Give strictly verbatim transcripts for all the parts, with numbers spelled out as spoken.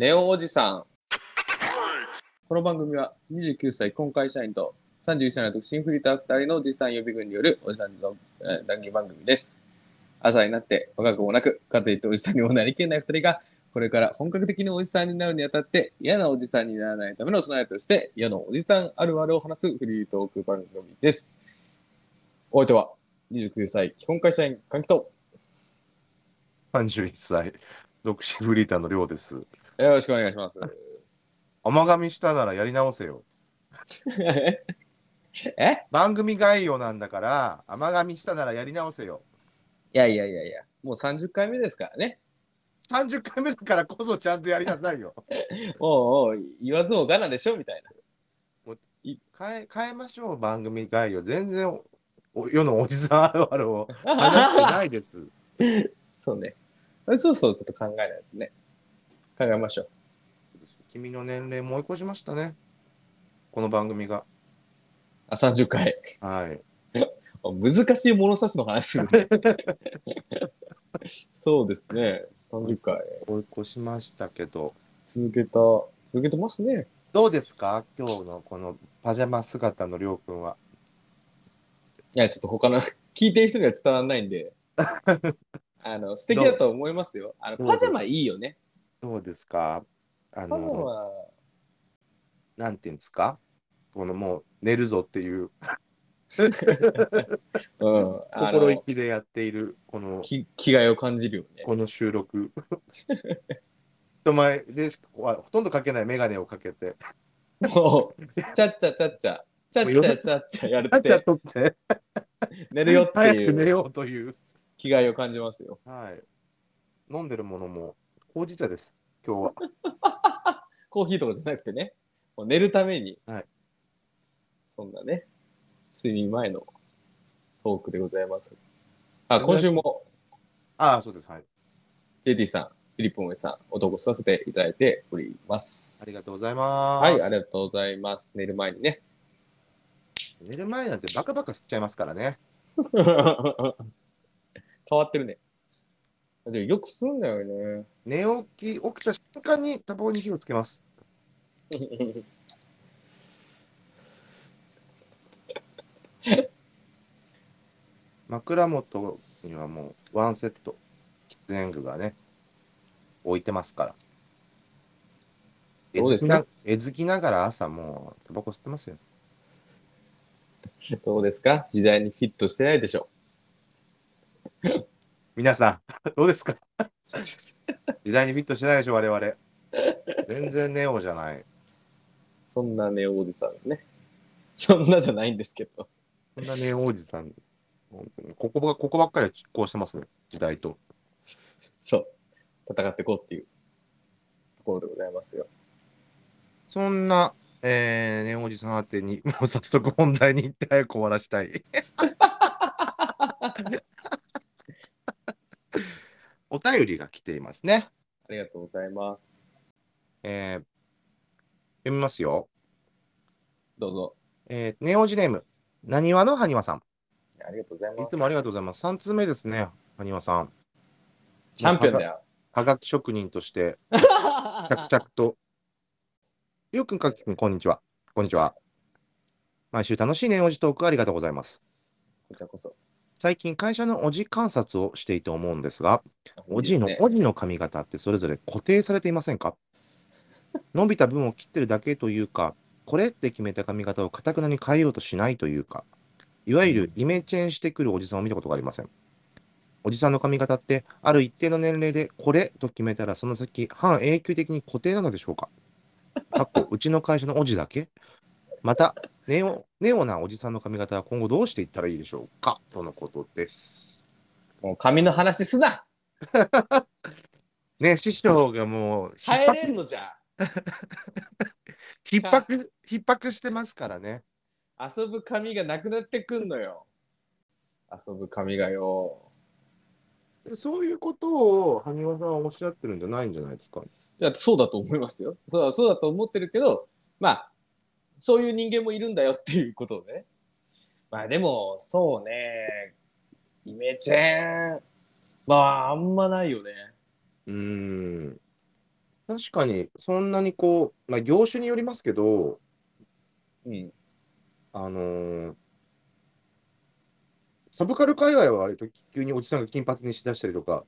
ネオおじさん。この番組はにじゅうきゅうさい今会社員とさんじゅういっさいの独身フリーターふたりのおじさん予備軍によるおじさんの、えー談義番組です。朝になって若くもなく、かといっておじさんにもなりきれないふたりが、これから本格的におじさんになるにあたって嫌なおじさんにならないための備えとして世のおじさんあるあるを話すフリートーク番組です。お相手はにじゅうきゅうさい既婚会社員換気とさんじゅういっさい独身フリーターのりょうです。 よろしくお願いします。 甘噛みしたならやり直せよ。 え番組概要なんだから甘噛みしたならやり直せよ。 いやいやいやいや、もうさんじゅっかいめですからね。 さんじゅっかいめだからこそちゃんとやりなさいよ。 おうおう、言わずもがなでしょみたいな。 もう変え、変えましょう、番組概要。全然お世のおじさんあるあるを話してないです。 そうね。そうそう、ちょっと考えないとね。考えましょう。 君の年齢も追い越しましたね。この番組が。 あ、さんじゅっかい。 はい。 難しい物差しの話するね。そうですね。さんじゅっかい。 追い越しましたけど。 続けた、続けてますね。 どうですか今日のこのパジャマ姿のりょうくんは。 いや、ちょっと他の、聞いてる人には伝わらないんで、あの、素敵どうだと思いますよ。あの、 どうですパジャマいいよね。 どうですかあパジャの、 マ、 なんていうんですかこのもう寝るぞっていううん、あ心意の、 気でやっているこの、 き気概を感じるよね。 この収録。人前でしかほとんどかけないメガネをかけて、 もう、ちゃっちゃちゃっちゃ、ちゃっちゃちゃっちゃやるあっちゃっって、 とって寝るよっていう早く寝ようという。 気概を感じますよ。 はい。飲んでるものもほうじ茶です、今日コーヒーとかじゃなくてね、もう寝るために、 は。はい。 そんなね、睡眠前のトークでございます。あ、今珍しく。 週もああ、そうです。はい。 ジェーティー さん、フィリップンエさん、お投稿させていただいておりまあす。 りがとうございはい、あます。 りがとうございます。寝る前にね。 寝る前なんてバカバカ吸っちゃいますからね。 変わってるね。でよくすんだよね。 寝起き、起きた瞬間にタバコに火をつけます。枕元にはもうワンセット、喫煙具がね、置いてますから。えどうですずきな、えずきながら朝もうタバコ吸ってますよ。 どうですか時代にフィットしてないでしょ。 皆さん、どうですか時代にフィットしてないでしょ、我々。全然ネオじゃない。 そんなね、おじさんね。そんなじゃないんですけど。 そんなネオおじさん、本当にここば、ここばっかりは拮抗してますね、時代と。 そう。戦っていこうっていうところでございますよ。 そんな、えー、ネオおじさん宛てに、もう早速本題に行って早く終わらしたい。お便りが来ていますね。 ありがとうございます。 えー、読みますよ。 どうぞ。 えー、ネオジネーム、なにわのはにわさん。 ありがとうございいつもあります。 がとうございます。さん通目ですね、はにわさん。 チもうはが、 ャンピオンだよ。 はがき職人として、着々と。りょうくん、かきくん、こんにちは。こんにちは。毎週楽しいネオジトークありがとうございます。 こちらこそ。 最近会社のおじ観察をしていて思うんですが、 いおじいの、 いですね。 おじの髪型ってそれぞれ固定されていませんか？伸びた分を切ってるだけというか、これって決めた髪型をかたくなに変えようとしないというか、いわゆるイメチェンしてくるおじさんを見たことがありません。おじさんの髪型って、ある一定の年齢でこれと決めたら、その先、半永久的に固定なのでしょうか？かっこうちの会社のおじだけまた、ネオ、ネオなおじさんの髪型は今後どうしていったらいいでしょうかとのことです。 もう髪の話すなね、師匠がもう、逼帰れん迫、 のじゃ。 逼か、 迫、逼迫してますからね。 遊ぶ髪がなくなってくんのよ。遊ぶ髪がよ。 そういうことを、埴輪さんはおっしゃってるんじゃないんじゃないですか。 いや、そうだと思いますよ。そうだ、そうだと思ってるけど、まあ、そういう人間もいるんだよっていうことでね。まあでも、そうね。イメチェン。まあ、あんまないよね。 うーん。 確かに、そんなにこう、まあ、業種によりますけど、 うん。 あのーサブカル界隈は割と急におじさんが金髪にしだしたりとか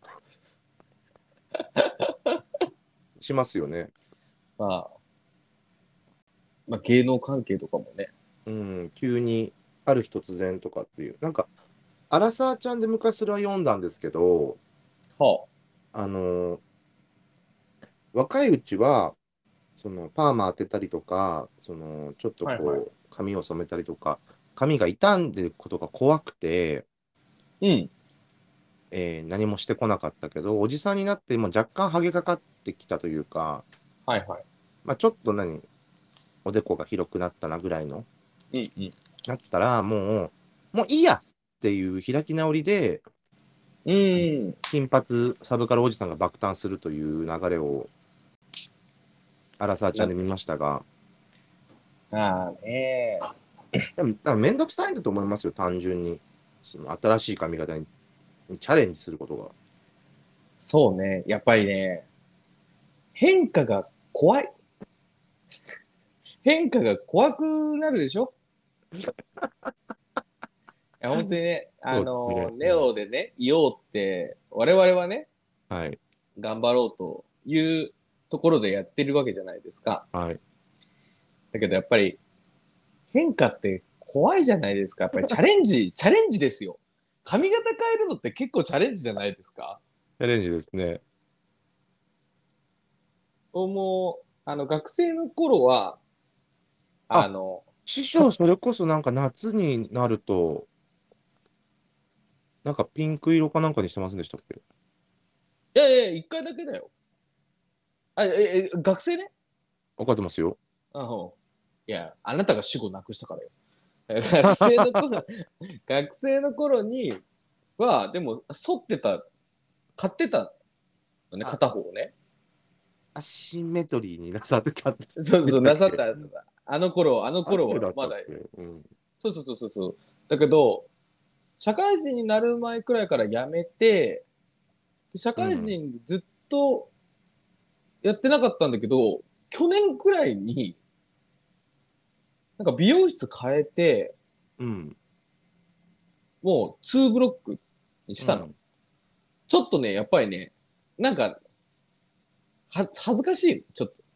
しますよね。 まあ、まあ芸能関係とかもね。 うん、急にある日突然とかっていう。なんか、アラサーちゃんで昔それは読んだんですけど、 はあのー若いうちは、そのパーマ当てたりとか、そのちょっとあ。はいはい。 こう、髪を染めたりとか、髪が傷んでることが怖くて、 うん。 えー何もしてこなかったけど、おじさんになってもう若干ハゲかかってきたというか、 はいはい。 まあ、ちょっと何、おでこが広くなったなぐらいの、 うんうん。 なったら、もう、もういいやっていう開き直りで、 うーん。 金髪サブカルおじさんが爆誕するという流れを、アラサーちゃんな、 で見ましたが、 ああね。 でも、だからめんどくさいんだと思いますよ、単純に。その新しい髪型にチャレンジすることが。 そうね。やっぱりね、変化が怖い。変化が怖くなるでしょ。いや、本当にね、あそうですの、 ね。うネん、 オでね、いようって、我々はね、 はい。 頑張ろうというところでやってるわけじゃないですか。 はい。 だけどやっぱり変化って怖いじゃないですか。やっぱりチャレンジ、チャレンジですよ。髪型変えるのって結構チャレンジじゃないですか。 チャレンジですね。 もう、あの、学生の頃は、ああ、 の、 師か、 匠、それこそなんか夏になると、なんかピンク色かなんかにしてませんでしたっけ？ いやいや、一回だけだよ。あ、え、え、学生ね。 分かってますよ。 あの、いや、あなたが死後なくしたからよ。学生の頃、学生の頃には、でも、剃ってた、買ってたのね、 あ、 片方をね。 アシンメトリーになさってたんでそうそう、 したっけ？ なさった。あの頃、あのアニ頃メだったっはまだ、 け？うん。 そうそうそうそうそう。だけど、社会人になる前くらいから辞めて、社会うん。 人ずっとやってなかったんだけど、去年くらいに、なんか美容室変えて、 うん。 もうツーブロックにしたの。 うん。 ちょっとね、やっぱりね、なんか、は、恥ずかしい。ちょっと。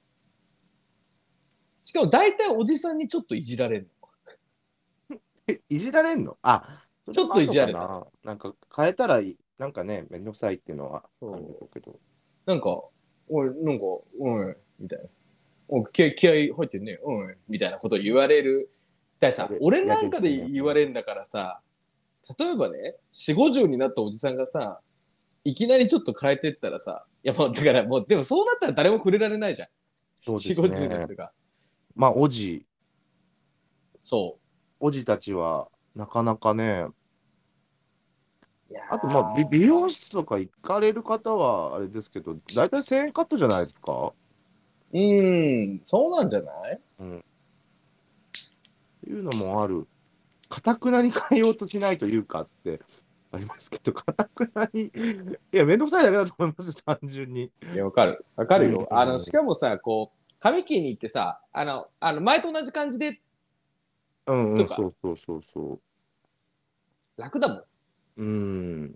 しかも大体おじさんにちょっといじられるの。 え、いじられんの？あ、そちょっとれもあんのいじられた。 かな。なんか変えたらいい、なんかね、めんどくさいっていうのはあるんでしょそうけど。 う。なんか、おい、なんか、おい、みたいな。お気合、気合入ってんね、おい、みたいなことを言われる。だからさ、 やで、 俺なんかで嫌ですね。うん。 言われるんだからさ、例えばね、よん、ごじゅうになったおじさんがさ、いきなりちょっと変えてったらさ、いやもうだからもう、でもそうなったら誰も触れられないじゃん。よん、 そうですごじゅうになっね。 てか。 まあ、おじ、 そおじたちは、なかなかね、 う。いやあと、まあ、美美容室とか行かれる方は、あれですけど、大体せんえんカットじゃないですか？ ー、うーん、そうなんじゃない？ うん。っていうのもある。かたくなに変えようとしないというかってありますけど、かたくなに、いや、めんどくさいだけだと思います、単純に。 いや、わかる。わかうるよ。あの、しん。 かもさ、こう、髪切りに行ってさ、あの、あの、前と同じ感じで、 うんうん、そとか、 うそうそうそ楽だもん。 う。うん。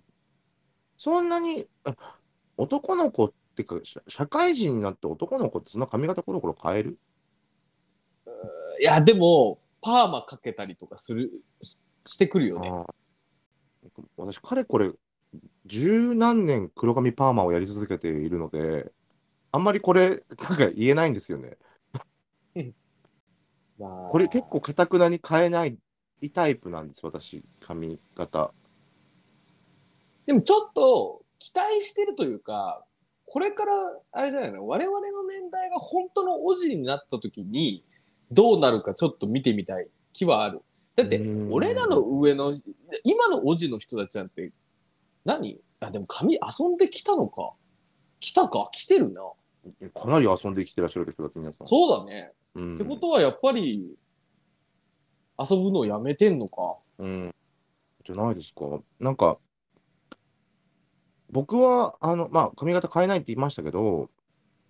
そんなに、あ、男の子ってか、社社会人になって男の子ってそんな髪型コロコロ変える？ いや、でも、パーマかけたりとかする、し、してくるよね。 ああ、私、かれこれ、十何年黒髪パーマをやり続けているので、あんまりこれ、なんか言えないんですよね。 うん。まこれ結構あ、 かたくなに変えないタイプなんです、私、髪型。 でもちょっと期待してるというか、これからあれじゃないの、我々の年代が本当のオジになった時にどうなるかちょっと見てみたい気はある。だうーって俺らのん。 上の今のオジの人たちなんて何、あ、でも髪遊んできたのか。来たか、来てるな。 かなり遊んできてらっしゃるでしょ、だって皆さん。 そうだね。ってこうん。 とはやっぱり遊ぶのをやめてんのか。 うん。じゃないですか。なんか、僕は、あの、まあ、髪型変えないって言いましたけど、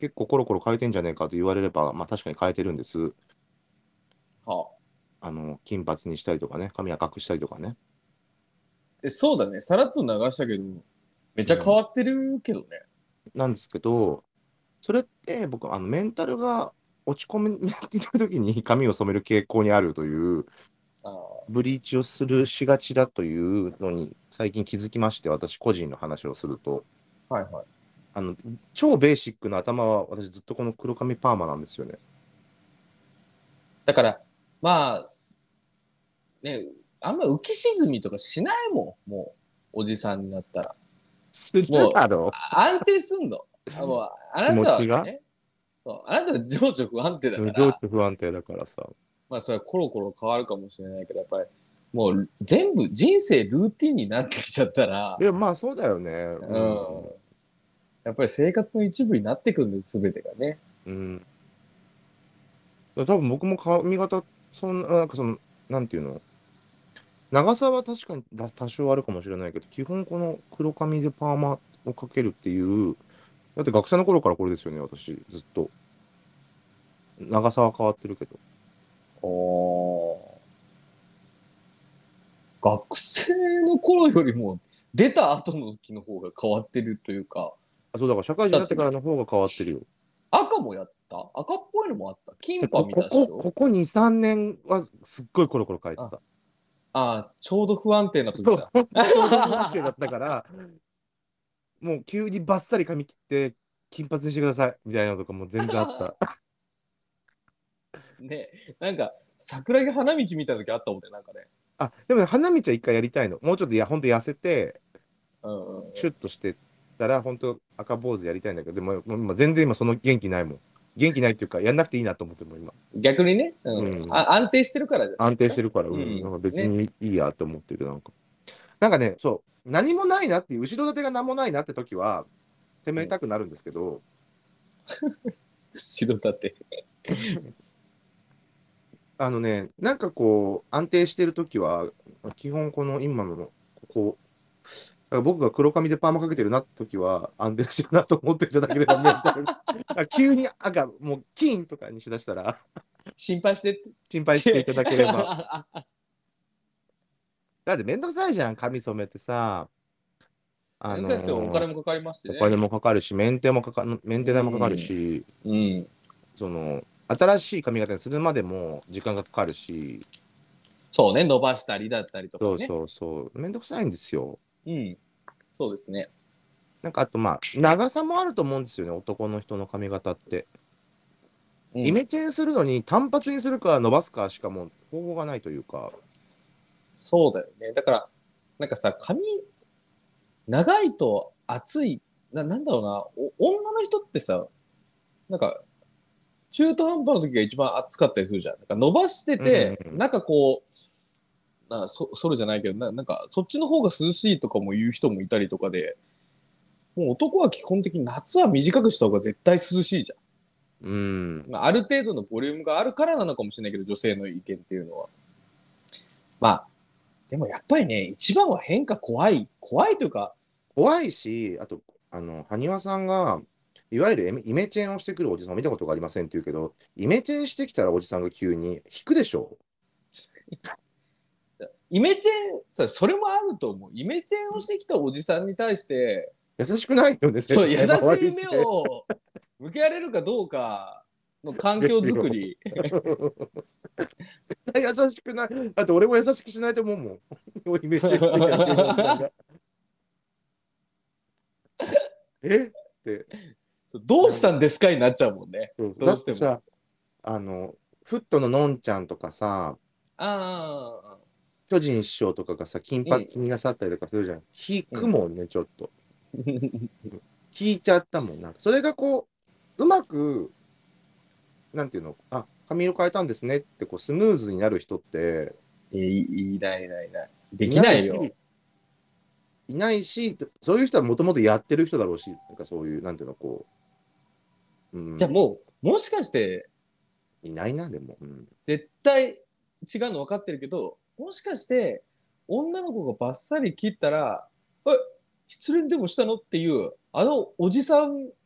結構コロコロ変えてんじゃねえかと言われれば、まあ確かに変えてるんです。 はあ、 あの、金髪にしたりとかね、髪赤くしたりとかね。 え、そうだね。さらっと流したけど、めちゃ変うん。 わってるけどね。 なんですけど、それって僕、あの、メンタルが落ち込みになっていた時に髪を染める傾向にあるという、 ああ、 ブリーチをするしがちだというのに最近気づきまして、私個人の話をすると、 はいはい。 あの、超ベーシックな頭は私ずっとこの黒髪パーマなんですよね。 だから、まあ、ね、あんま浮き沈みとかしないもん、もう、おじさんになったら。 するもう、 だろあ安定すんの。あもう、あう、気なた持ちが。 はね、そうあなたは情緒不安定だうん、情緒から、 不安定だからさ。 まあ、それはコロコロ変わるかもしれないけど、やっぱり、もう、全部、人生ルーティンになってきちゃったら、 いや、まあそうだよね。 ううん。 ん、やっぱり生活の一部になってくるんです、すべてがね。 うん。多分僕も髪型、そんな、なんかその、なんていうの、長さは確かにだ多少あるかもしれないけど、基本この黒髪でパーマをかけるっていう、だって学生の頃からこれですよね、私、ずっと。長さは変わってるけど。 おー、学生の頃よりも、出た後の時の方が変わってるというか、 あ、そうだから社会人になってだって、 からの方が変わってるよ。 赤もやった赤っぽいのもあった金で、こ、 パ見ここ、 たっしょここに、さんねんはすっごいコロコロ変えてあ、 た。 あ、ちょうど不安定なそう、 時だ。 本当ちょうど不安定だったから、もう急にバッサリ髪切って金髪にしてくださいみたいなのとかも全然あった。 ね、なんか、桜木花道見た時あったもんね、なんかね。 あ、でもね、花道は一回やりたいの。もうちょっとや、ほんと痩せて、 うんうんうん。 シュッとしてたら、本当赤坊主やりたいんだけど、でも、もう今全然今その元気ないもん。元気ないっていうか、やんなくていいなと思っても今。 逆にね、うん。 うん。 あ、安定してるからじゃない安ですか。 定してるから、うん。 うん。 なんか別ね。 にいいやと思ってる、なんか。なんかね、そう、何もないなっていう、後ろ盾が何もないなって時は、攻うん。 めたくなるんですけど、 後ろ盾。 あのね、なんかこう、安定してる時は、基本この今の、ここ、だから僕が黒髪でパーマかけてるなって時は、安定してるなと思っていただければ、メンタルあ急に赤、もう金とかにしだしたら、 心配してって。 心配していただければ。だってめんどくさいじゃん、髪染めてさ、あの先生、お金ーもかかりますしね。 お金もかかるし、メンテもかか、メンうテ代もかかるん。 し、 うん。 その、新しい髪型にするまでも時間がかかるし、 そうね、伸ばしたりだったりとかね。 そうそうそう、めんどくさいんですよ。 うん。そうですね。 なんかあとまあ、長さもあると思うんですよね、男の人の髪型って。 うん。 イメチェンするのに単発にするか伸ばすかしかもう方法がないというか。 そうだよね。だから、なんかさ、髪、長いと暑い、な、なんだろうな、お女の人ってさ、なんか、中途半端な時が一番暑かったりするじゃん。なんか伸ばしてうんうんて、 うん。 なんかこう、なそ、それじゃないけど、な、なんか、そっちの方が涼しいとかも言う人もいたりとかで、もう男は基本的に夏は短くした方が絶対涼しいじゃうん。 ん。まあ、ある程度のボリュームがあるからなのかもしれないけど、女性の意見っていうのは。まあ、でもやっぱりね、一番は変化怖い。怖いというか、 怖いし、あと、あの、埴輪さんが、いわゆるエメイメチェンをしてくるおじさんを見たことがありませんって言うけど、イメチェンしてきたらおじさんが急に引くでしょ。 イメチェン、そそれもあると思う。イメチェンをしてきたおじさんに対して、 優しくないよね、 そう、優絶対周しい目りって。 を向けられるかどうかの環境ですよ。 づくり。 絶対優しくない。だって俺も優しくしないと思うもん。イメチェンしてきた急におじさんが。えって。 どうしなんたんですかになっちゃうもんね。 そうだどうしても。 ってさ、あの、フットののんちゃんとかさ、 ああ、 巨人師匠とかがさ、金髪うん、 になさったりとかするじゃん。引うん。 くもんね、ちょっと。引いちゃったもん。なんかそれがこう、うまく、なんていうの、あ、髪色変えたんですねってこうスムーズになる人っていい、いないいないいない。でいきないよ。 ないし、いないし、そういう人はもともとやってる人だろうし、なんかそういう、なんていうの、こう、うん、 じゃあもう、もしかして、 いないな、でも。うん、 絶対違うの分かってるけど、もしかして、女の子がバッサリ切ったら、え、失恋でもしたのっていう、あのおじさん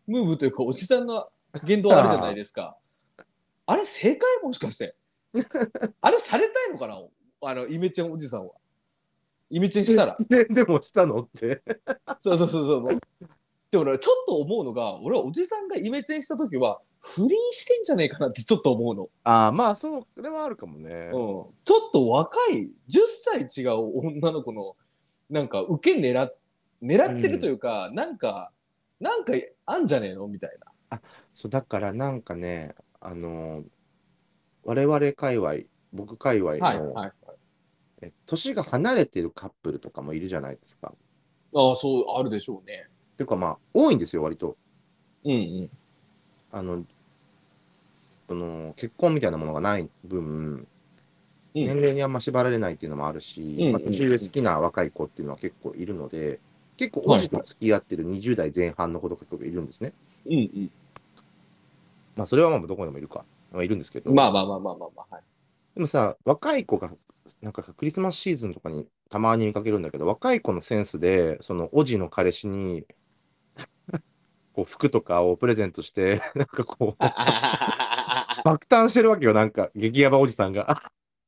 ムーブというか、おじさんの言動あるじゃないですか。あれ、正解もしかして。あれ、されたいのかなあの、イメチェンおじさんは。イメチェンしたら。 ででもしたのって。 そうそうそうそう。でも俺、ちょっと思うのが、俺はおじさんがイメチェンしたときは、不倫してんじゃねえかなってちょっと思うの。 ああ、まあ、そう、それはあるかもね。 うん。ちょっと若い、じゅっさい違う女の子の、なんか、受け狙っ、狙ってるというか、なんか、なんかあんじゃねえのみたいな。 あ、そう、だからなんかね、あのー我々界隈、僕界隈はい、 の、 はい、はい。 え、年が離れてるカップルとかもいるじゃないですか。 ああ、そう、あるでしょうね。 ていうかまあ、多いんですよ、割と。 うんうん。 あの、その結婚みたいなものがない分、 うん。 年齢にあんま縛られないっていうのもあるうん、 し、まあ、 うん、 年上うん。 好きな若い子っていうのは結構いるので、結構、おはい、 じとはい。 付き合ってるにじゅう代前半の子とか結構いるんですね。 うん、 まあ、それはまあどこにもいるか、まあ、いるんですけうん。まど、 あまあまあまあまあまあ、はい。 でもさ、若い子が、なんかクリスマスシーズンとかにたまに見かけるんだけど、若い子のセンスで、その、おじの彼氏に、こう服とかをプレゼントして、なんかこう、 あああああ爆誕してるわけよ、なんか、激ヤバおじさんが。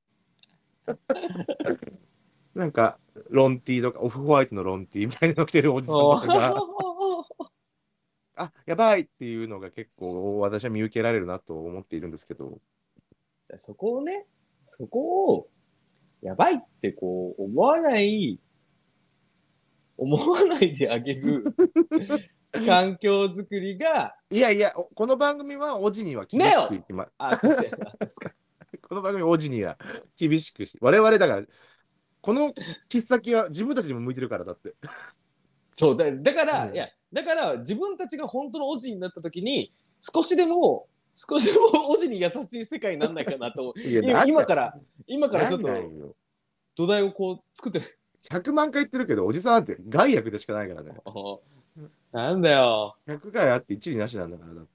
なんか、ロンティーとか、オフホワイトのロンティーみたいなの着てるおじさんとかが、あ、やばいっていうのが結構私は見受けられるなと思っているんですけど、 そこをね、そこを、やばいってこう、思わない、思わないであげる環境づくりが、 いやいや、おこの番組はおじには厳ネオしくいきま、 あ、すいません。あ、そうですか。 この番組はおじには厳しくし、我々だから、この切っ先は自分たちにも向いてるからだって。 そうだ、だから、いうんや、だから自分たちが本当のオジになった時に、少しでも、少しでもオジに優しい世界にならないかなと、 いや、 今なんだ、 今から、今からなちょっとんないよ。 土台をこう作ってる。 ひゃくまん回言ってるけど、おじさんなんて害悪でしかないからね。 なんだよ。 ひゃく回あって一理なしなんだから、だって。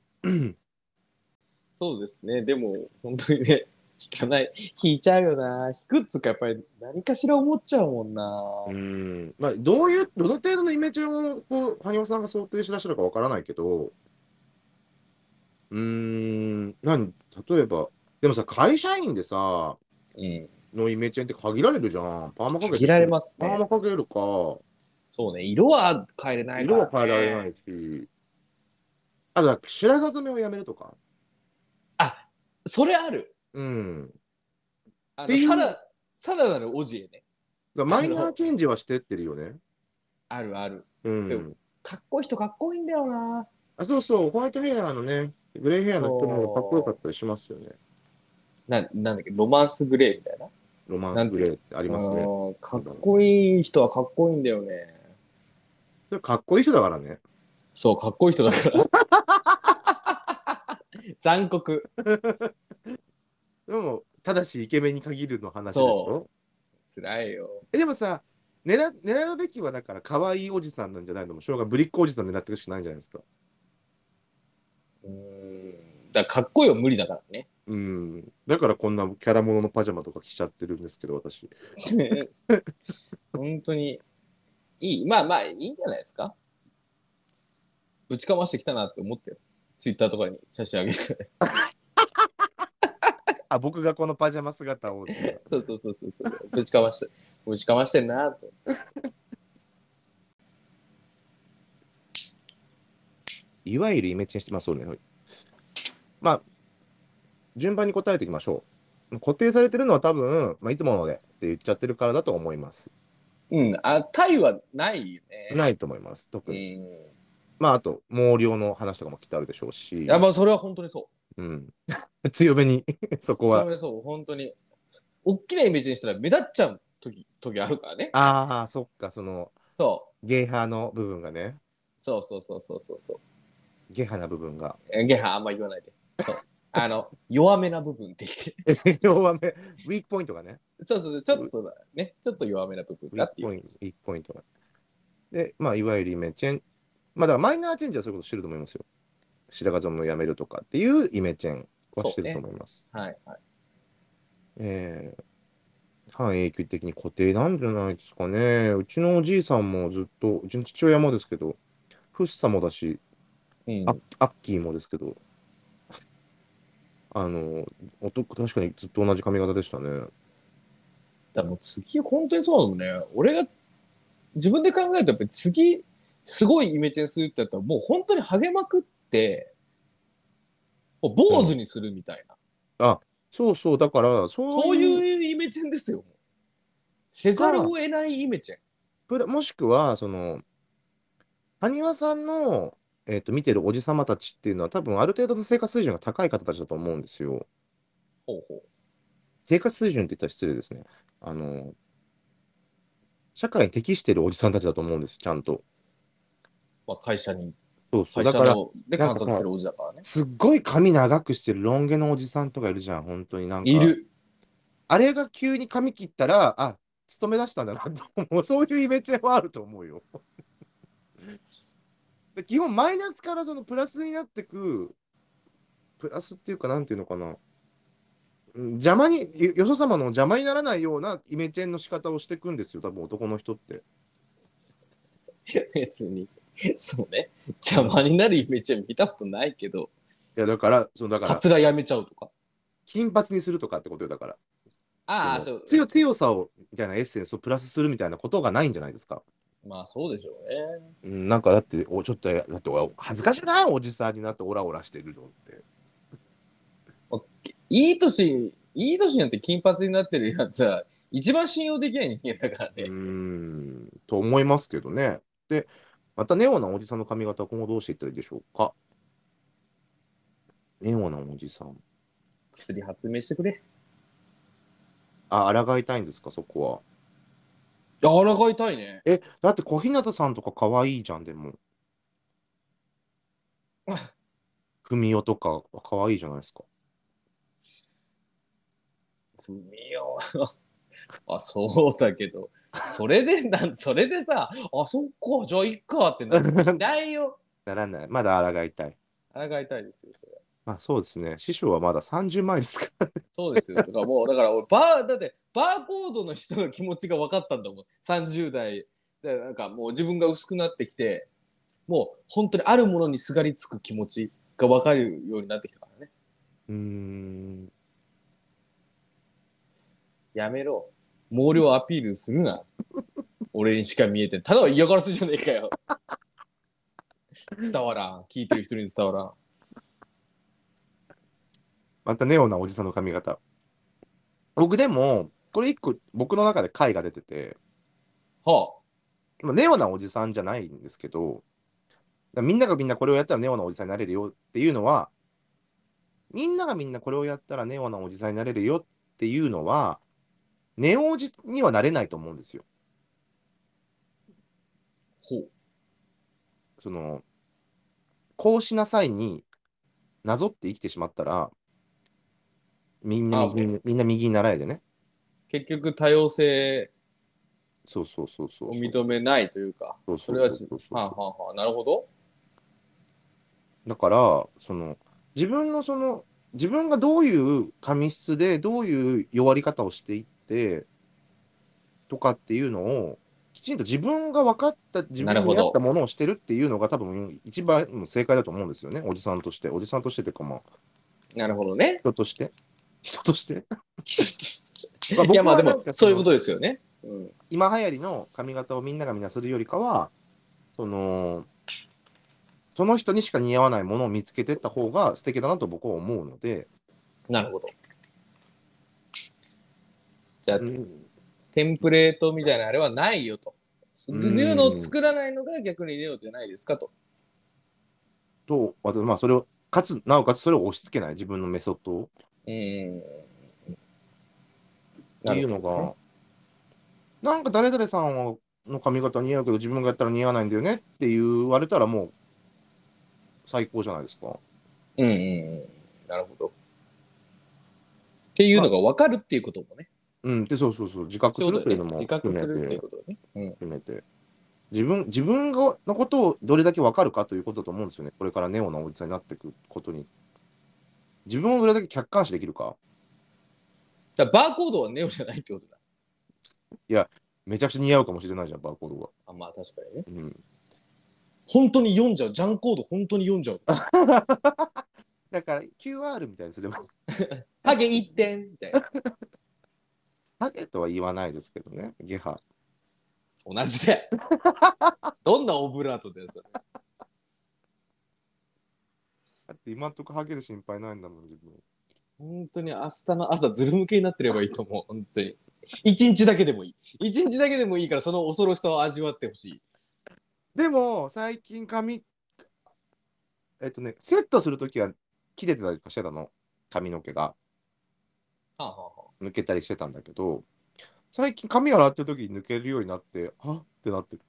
そうですね。でも、本当にね、引かない。引いちゃうよな。引くっつうか、やっぱり何かしら思っちゃうもんな。 うーん、まあ、どういう、どの程度のイメチェンを、こう、羽生さんが想定してらっしゃるかわからないけど、うーん、何、例えば、でもさ、会社員でさ、 うん。 のイメチェンって限られるじゃん。パーマかけてくる。 限られますパーね。 マかけるか、 そうね。色は変えれないか色はら変えられなね。 いし、あとは白髪染めをやめるとか。 あ、それある。 うん。っあの、 ていう、 さら、さらなるオジへね。 マイナーあの、 チェンジはしてってるよね。 あるある。でも、 うん。 かっこいい人かっこいいんだよな。 あ、そうそう、ホワイトヘアのね、グレーヘアの人の方がかっこよかっそたりしますよね。 う。な、なんだっけ、ロマンスグレーみたいな。 ロマンなんていうスグレーってありの。 ますね。 うん、かっこいい人はかっこいいんだよね。 それかっこいい人だからね。 そう、かっこいい人だから。残酷。 でも、ただしイケメンに限るの話でしそょ。 う。辛いよ。 え、でもさ、狙、狙うべきはだから可愛いおじさんなんじゃないのもしょうがぶりっ子おじさん狙ってるしかないんじゃないですか。 うん。だからかっこいいは無理だからね。 うん。だからこんなキャラもののパジャマとか着ちゃってるんですけど、私。 本当にいい。まあまあ、いいんじゃないですか。ぶちかましてきたなって思ってよ。ツイッターとかに写真あげて。 あ、僕がこのパジャマ姿を。 そうそうそうそうそう。ぶちかまして、ぶちかましてんなと。 いわゆるイメチェンしてますよね。まあ、順番に答えていきましょう。固定されてるのは多分、まあ、いつものでって言っちゃってるからだと思います。 うん、あ、タイはないよね。 ないと思います、 う特に。 ん。 まあ、あと、毛量の話とかもきっとあるでしょういや、 し、 まあ、それは本当にそうん。強めにそこう。 は。 それそう、本当に。大きなイメージにしたら目立っちゃう時、時あるからね。 ああ、そっか、その、 そゲイ派の部分がね、 う。そうそうそうそうそうそう。 ゲイ派な部分が。 えゲハあんま言わないで。そう。あの、弱めな部分って言って。 弱め、ウィークポイントがね、 そうそうそう、ちょっとだね、ちょっと弱めな部分ウィがークポイント、 っていう話。 ウィークポイントが。で、まあ、いわゆるイメチェン。まあ、だからマイナーチェンジはそういうことしてると思いますよ。白髪染めをやめるとかっていうイメチェンはしてるとそうね。 思います。 はいはい。 えー、半永久的に固定なんじゃないですかね。うちのおじいさんもずっと、うちの父親もですけど、フッサもだし、 うん。 アッアッキーもですけど、あの、おと確かにずっと同じ髪型でしたね。 だからもう次、本当にそうだもんね。俺が自分で考えると、やっぱり次、すごいイメチェンするってやったら、もう本当にハゲまくって、もう坊主うん。 にするみたいな。 あ、そうそう、だから、そうそういういうイメチェンですよ。もうせざるか、 を得ないイメチェン。 プラもしくは、その、埴輪さんの、えっと、見てるおじさまたちっていうのは、多分ある程度の生活水準が高い方たちだと思うんですよ。 ほうほう。 生活水準って言ったら失礼ですね。あの、社会に適してるおじさんたちだと思うんです、ちゃんと。 まあ、会社に、 そうそう。 会だから、 社のでなんかさ、 観察するおじだからね。 すっごい髪長くしてるロン毛のおじさんとかいるじゃん、本当になんか。 いる。 あれが急に髪切ったら、あ、勤め出したんだなと思う。そういうイメチェンはあると思うよ。で基本、マイナスからそのプラスになってく、プラスっていうか、なんていうのかな。うん邪魔に、よよそ様の邪魔にならないようなイメチェンの仕方をしていくんですよ、多分男の人って。 別に。そうね。邪魔になるイメチェン見たことないけど、 いや、だから、そのだから、 カツラやめちゃうとか。 金髪にするとかってことよ、だから。そああ、 の、 そう。 強強さを、みたいなエッセンスをプラスするみたいなことがないんじゃないですか。 まあそうでしょうね。 うん、なんかだって、お、ちょっと、だって、お恥ずかしくないおじさんになってオラオラしてるのって。 まあいい年、いい年になって金髪になってるやつは、一番信用できない人間だからうーね。 ん、と思いますけどね。で、またネオなおじさんの髪型は今後どうしていったらいいでしょうか。ネオなおじさん。 薬発明してくれ。 あ、抗いたいんですか、そこは。 抗いたいね。 え、だって小日向さんとか可愛いじゃん、でも。文雄とか可愛いじゃないですか。 見よう。あ、そうだけど、それで、なんそれでさ、あ、そっか、じゃあいっかってなる人いないよ。 ならない。まだ抗いたい。 抗いたいですよ、それ。 まあそうですね。師匠はまださんじゅうまいですからね。 そうですよ。だからもう、だから俺、バー、だって、バーコードの人の気持ちが分かったんだもん。さんじゅう代。で、なんかもう自分が薄くなってきて、もう本当にあるものにすがりつく気持ちが分かるようになってきたからね。 うーん。 やめろ。毛量アピールするな。俺にしか見えて。ただは嫌がらせじゃねえかよ。伝わらん。聞いてる人に伝わらん。 またネオなおじさんの髪型。僕でも、これ一個僕の中で回が出てて、 はまあ、ネオなおじさんじゃないんですけど、みんながみんなこれをやったらネオなおじさんになれるよっていうのは、みんながみんなこれをやったらネオなおじさんになれるよっていうのは、ネオおじにはなれないと思うんですよ。 ほう。 その、こうしなさいになぞって生きてしまったら、みんなあ、 右に、みんな右に習えでね。 結局多様性そうそうそうそうをそう。 認めないというか、 そうそうそうそれはし、 そうそう。 はあ、はあはあ、なるほど。 だから、その、自分のその、自分がどういう髪質で、どういう弱り方をしていって、とかっていうのを、きちんと自分が分かった、自分に見合ったなるほど。 ものをしてるっていうのが多分一番の正解だと思うんですよね。おじさんとして。おじさんとしてというか、まあ、 なるほどね。 人として。人として。まあいや、まあでも、 僕はなんかその、 そういうことですよね。うん。 今流行りの髪型をみんながみんなするよりかは、その、その人にしか似合わないものを見つけていった方が素敵だなと僕は思うので、 なるほど。じゃあ、 うん、 テンプレートみたいなあれはないよと。 うで、いうのをん、 作らないのが逆にネオじゃないですかと。 と、あとまあそれを、かつ、なおかつそれを押し付けない自分のメソッドっうん。 ていうなるほどね。 のが、なんか誰々さんはの髪型似合うけど自分がやったら似合わないんだよねって言われたらもう最高じゃないですか。 うんうんうん。なるほど。っていうまあ、 のが分かるっていうこともね。 うん、で、そうそうそう、自覚するというのそういうことだよね。自も含め覚するっていうて、 ことだね。うん。 含めて、自分、自分がのことをどれだけ分かるかということだと思うんですよね。これからネオなおじさんになっていくことに。自分をどれだけ客観視できるか。 だからバーコードはネオじゃないってことだ。 いや、めちゃくちゃ似合うかもしれないじゃん、バーコードが。 あ、まあ確かにね。 うん。 本当に読んじゃう。ジャンコード本当に読んじゃう。 だから キューアール みたいにすれば。 ハゲ一点みたいな。 ハゲとは言わないですけどね、ゲハ。 同じで。どんなオブラートだよ、それ。 だって今んとこハゲる心配ないんだもん、自分。 本当に明日の朝ズル向けになってればいいと思う。本当に。一日だけでもいい。一日だけでもいいから、その恐ろしさを味わってほしい。 でも、最近髪、えっとね、セットするときは切れてたりとかしてたの。髪の毛がはあ、はあはあ、 抜けたりしてたんだけど、最近髪洗ってるときに抜けるようになって、はってなってる。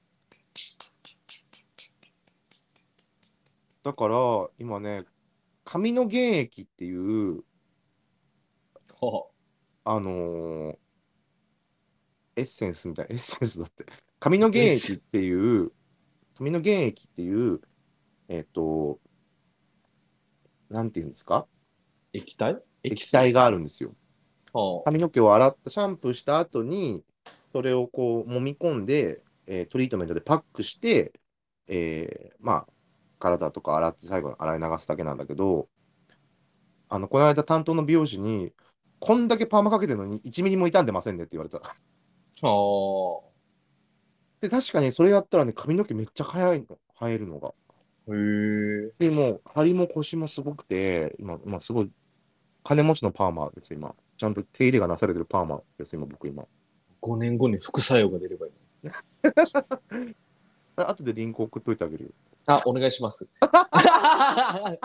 だから、今ね、髪の原液っていう、 はあのーエッセンスみたいな、エッセンスだって。髪の原液っていう、髪の原液っていう、えっと、なんていうんですか、 液体液体があるんですよ。 は髪の毛を洗った、シャンプーした後に、それをこう揉み込んで、えートリートメントでパックして、えーまあ、体とか洗って最後に洗い流すだけなんだけど、あの、この間担当の美容師に、こんだけパーマかけてるのにいちミリも傷んでませんねって言われた。 あ。はで、確かにそれやったらね、髪の毛めっちゃ早いの、生えるのが。 あ。へえ。 でも、張りも腰もすごくて、今、今すごい金持ちのパーマです、今。ちゃんと手入れがなされてるパーマです、今、僕今。 ごねんごに副作用が出ればいい。 あ後でリンク送っといてあげるよ。 あ、お願いします。 はい、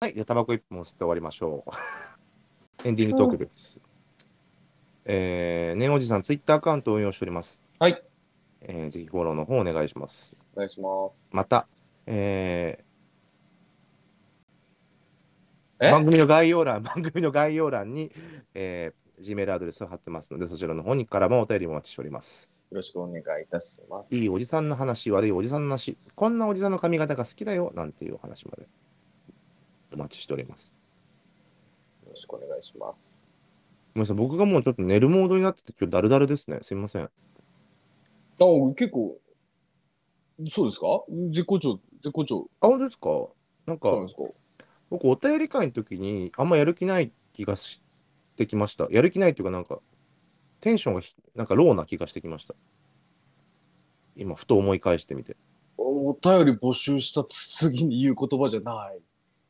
じゃあ、タバコいっぽん吸って終わりましょう。エンディングトークです。えー、ねんおじさん、ツイッターアカウントを運用しております。 はい。 えーぜひフォローの方お願いします。 お願いします。 また、えーえ番組の概要欄、番組の概要欄に、えー、Gmail アドレスを貼ってますので、そちらの方にからもお便りお待ちしております。 よろしくお願いいたします。 いいおじさんの話、悪いおじさんの話、こんなおじさんの髪型が好きだよ、なんていうお話までお待ちしております。 よろしくお願いします。 ごめんなさい、僕がもうちょっと寝るモードになってて、今日ダルダルですね。すみません。あ、 あ、結構、そうですか？絶好調、絶好調。 本当ですか？なんか、 そうなんですか？ 僕、お便り会の時に、あんまやる気ない気がしてきました。やる気ないっていうか、なんか、テンションがひなんかローな気がしてきました。今、ふと思い返してみて。 お便り募集した次に言う言葉じゃない。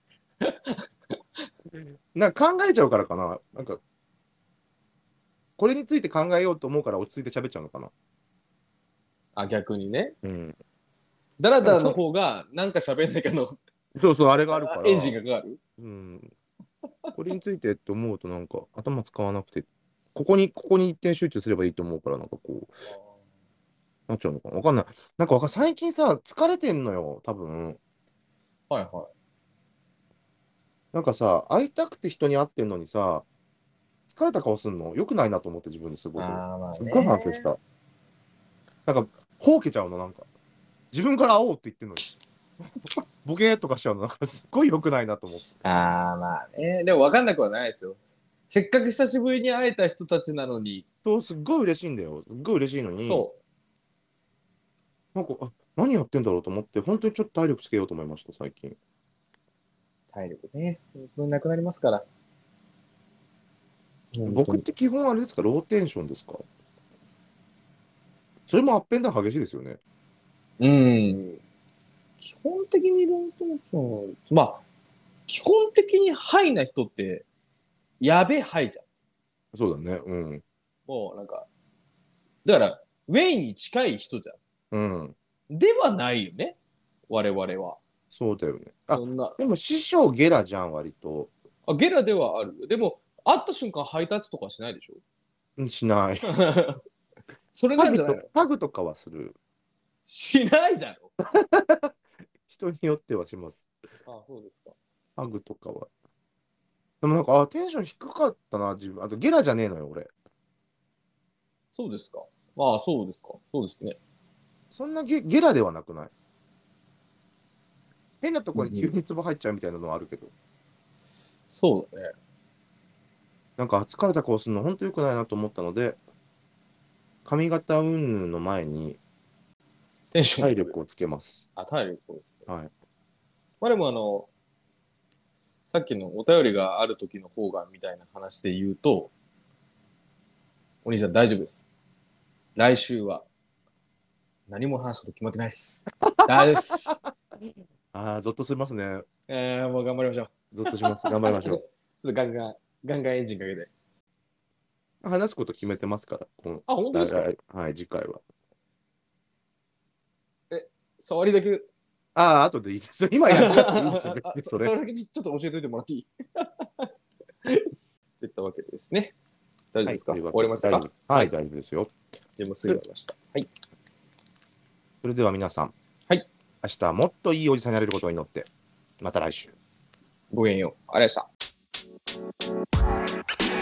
なんか考えちゃうからかな。なんか、これについて考えようと思うから落ち着いて喋っちゃうのかな。 あ、逆にね。 うん。 ダラダラのでもそ方が、なんか喋んないかのそうそう、あれがあるから、 エンジンがかかる。 うん。これについてって思うと、なんか、頭使わなくて、ここに、ここに一点集中すればいいと思うから、なんかこう、なっちゃうのかな。わかんない。なんかわかん最近さ、疲れてんのよ、多分。 はいはなんかさ、会いたくて人に会ってんのにさ、疲れた顔すんのよくないなと思って自分ですい。 ごいそれ。 ああ、まあすっごい反省しね。 た。なんか、ほうけちゃうの、なんか。自分から会おうって言ってんのに。ボケーとかしちゃうの、なんかすっごい良くないなと思って。 ああ、まあね。でも分かんなくはないですよ。せっかく久しぶりに会えた人たちなのに、 そう、すっごい嬉しいんだよ。すっごい嬉しいのに、 そなんか、あ、何やってんだろうと思って、本当にちょっと体力つけようと思いました、最近。 う、体力ね、本当になくなりますから。本当に。 僕って基本あれですか、ローテンションですか？それもアップエンダウン激しいですよね。 うん。基本的にローテンション、まあ、基本的にハイな人って、やべえハイじゃん。 そうだね。うん。 もうなんか、だから、ウェイに近い人じゃうん。 ん。ではないよね。我々は。 そうだよね。あ、 そんな、 でも師匠ゲラじゃん、割と。 あ、ゲラではある。でも、会った瞬間ハイタッチとかしないでしょ？ うんしない。 それハグと、 なんじゃないの？ ハグとかはする。 しないだろ。 人によってはします。 あ、そうですか。 ハグとかは。でもなんか、あ、テンション低かったな、自分。あと、ゲラじゃねえのよ、俺。 そうですか。ああ、そうですか。そうですね。 そんなゲ、ゲラではなくない？変なところに急うんうん、 にツボ入っちゃうみたいなのはあるけど。 そうだね。 なんか、疲れた顔するの本当良くないなと思ったので、髪型云々の前に、 テンション体力をつけます。 あ、体力を。 はい。 まあでもあの、さっきのお便りがある時の方がみたいな話で言うと、お兄さん大丈夫です。来週は何も話すこと決まってないです。大丈夫です。 ああ、ゾッとしますね。 えー、もう頑張りましょう。 ゾッとします。頑張りましょう。 ちょっとガンガン、ガンガンエンジンかけて。 話すこと決めてますから、このあ、本当ですか？ はい、次回は。 え、触りだけ。 ああ、後でいいです。今やっちゃっていいですよ、別にそれ。 それだけちょっと教えておいてもらっていいといったわけでですね。大丈夫ですか？ はい、 終わりましたか？ はい、大丈夫ですよ。 じゃあもうすぐ終わりました。はい。 それでは皆さん、 はい。 明日もっといいおじさんになれることを祈って、また来週。 ごきげんよう。ありがとうございました。